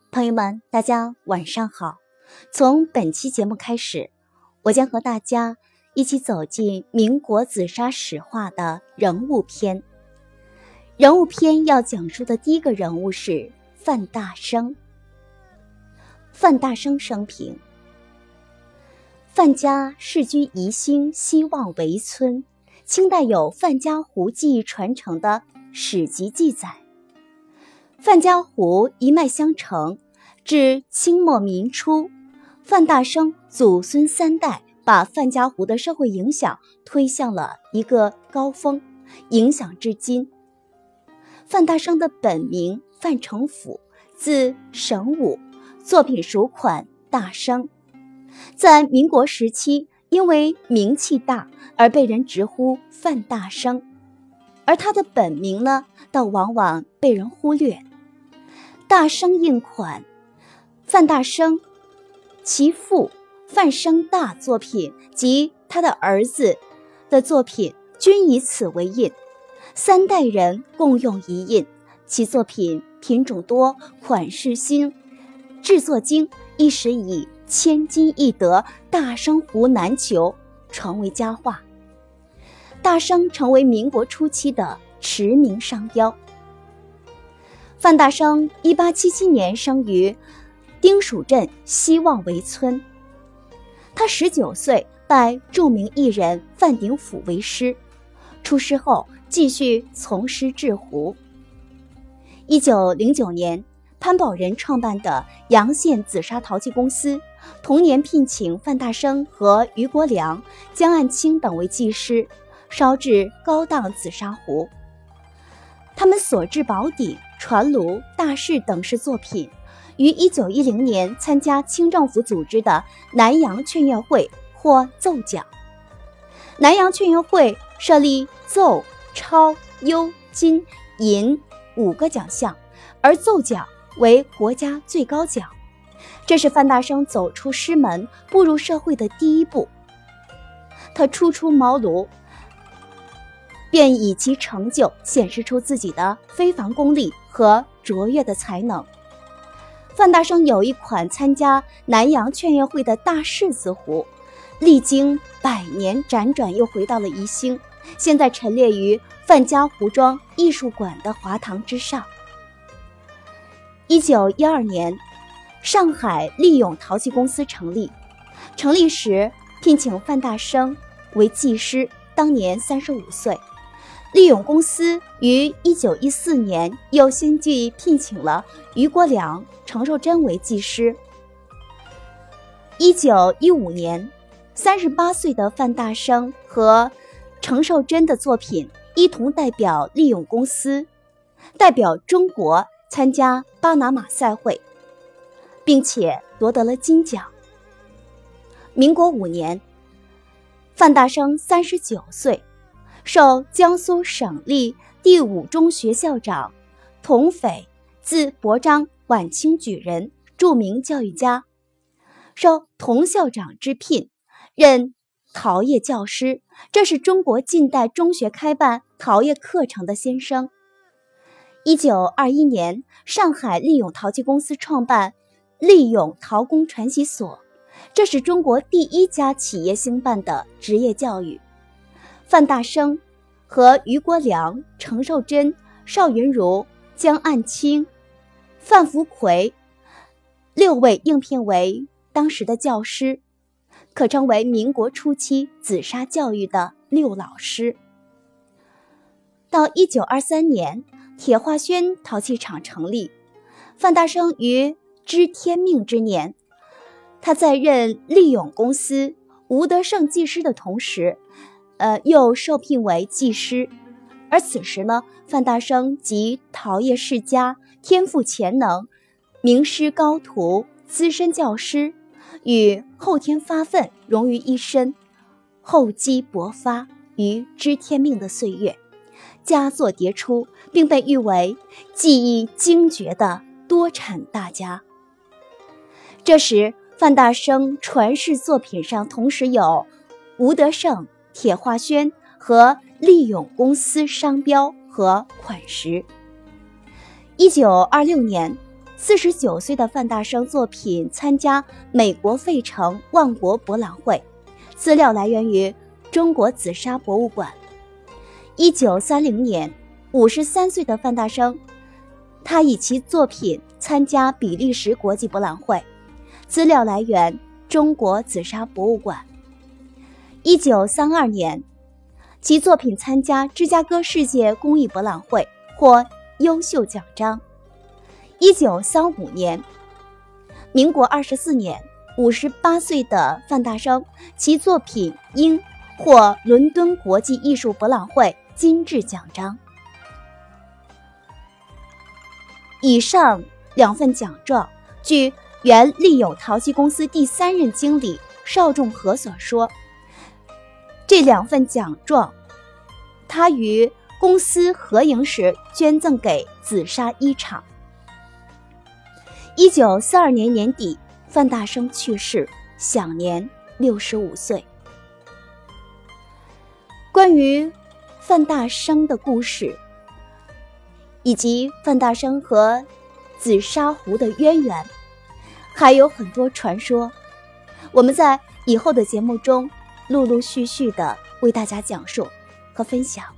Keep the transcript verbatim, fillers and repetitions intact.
朋友们，大家晚上好。从本期节目开始，我将和大家一起走进民国紫砂史话的人物篇。人物篇要讲述的第一个人物是范大生。范大生生平：范家世居宜兴西望围村，清代有范家湖技艺传承的史籍记载。范家湖一脉相承，至清末民初，范大生祖孙三代把范家湖的社会影响推向了一个高峰，影响至今。范大生的本名范成甫，字神武，作品属款大生。在民国时期，因为名气大而被人直呼范大生，而他的本名呢，倒往往被人忽略。大生印款，范大生其父范生大作品及他的儿子的作品均以此为印，三代人共用一印，其作品品种多，款式新，制作精，一时以千金易得，大生湖难求传为佳话。大生成为民国初期的驰名商标。范大生一八七七年生于丁蜀镇西望围村，他十九岁拜著名艺人范鼎甫为师，出师后继续从师制壶。一九零九年，潘宝仁创办的阳县紫砂陶器公司同年聘请范大生和俞国良、江岸清等为技师，烧制高档紫砂壶。他们所制宝鼎、传炉、大士等式作品，于一九一零年参加清政府组织的南洋劝业会获奏奖。南洋劝业会设立奏、超、优、金、银五个奖项，而奏奖为国家最高奖。这是范大生走出师门步入社会的第一步。他初出茅庐，便以其成就显示出自己的非凡功力和卓越的才能。范大生有一款参加南洋劝业会的大士子壶，历经百年辗转又回到了宜兴，现在陈列于范家湖庄艺术馆的华堂之上。一九一二年，上海利永陶器公司成立，成立时聘请范大生为技师，当年三十五岁。利永公司于一九一四年又相继聘请了俞国良、程寿珍为技师。一九一五年，三十八岁的范大生和程寿珍的作品一同代表利永公司，代表中国参加巴拿马赛会，并且夺得了金奖。民国五年，范大生三十九岁，受江苏省立第五中学校长童斐，字伯章，晚清举人，著名教育家，受童校长之聘，任陶业教师，这是中国近代中学开办陶业课程的先声。一九二一年，上海利永陶器公司创办利永陶工传习所，这是中国第一家企业兴办的职业教育。范大生和俞国良、程寿珍、邵云如、江岸清、范福奎六位应聘为当时的教师，可称为民国初期紫砂教育的六老师。到一九二三年，铁化轩陶器厂成立，范大生于知天命之年，他在任利永公司吴德胜技师的同时，呃，又受聘为技师。而此时呢，范大生集陶业世家、天赋潜能、名师高徒、资深教师与后天发奋融于一身，厚积薄发于知天命的岁月，佳作迭出，并被誉为技艺精绝的多产大家。这时范大生传世作品上同时有吴德胜、铁化轩和利永公司商标和款识。一九二六年， 四十九岁的范大生作品参加美国费城万国博览会，资料来源于中国紫砂博物馆。一九三零年，五十三岁的范大生，他以其作品参加比利时国际博览会，资料来源中国紫砂博物馆。一九三二年，其作品参加芝加哥世界工艺博览会，获优秀奖章。一九三五年，民国二十四年，五十八岁的范大生，其作品因获伦敦国际艺术博览会金质奖章。以上两份奖状，据原利友陶器公司第三任经理邵仲和所说，这两份奖状他与公司合营时捐赠给紫砂一厂。一九四二年年底，范大生去世，享年六十五岁。关于范大生的故事，以及范大生和紫砂壶的渊源，还有很多传说，我们在以后的节目中陆陆续续的为大家讲述和分享。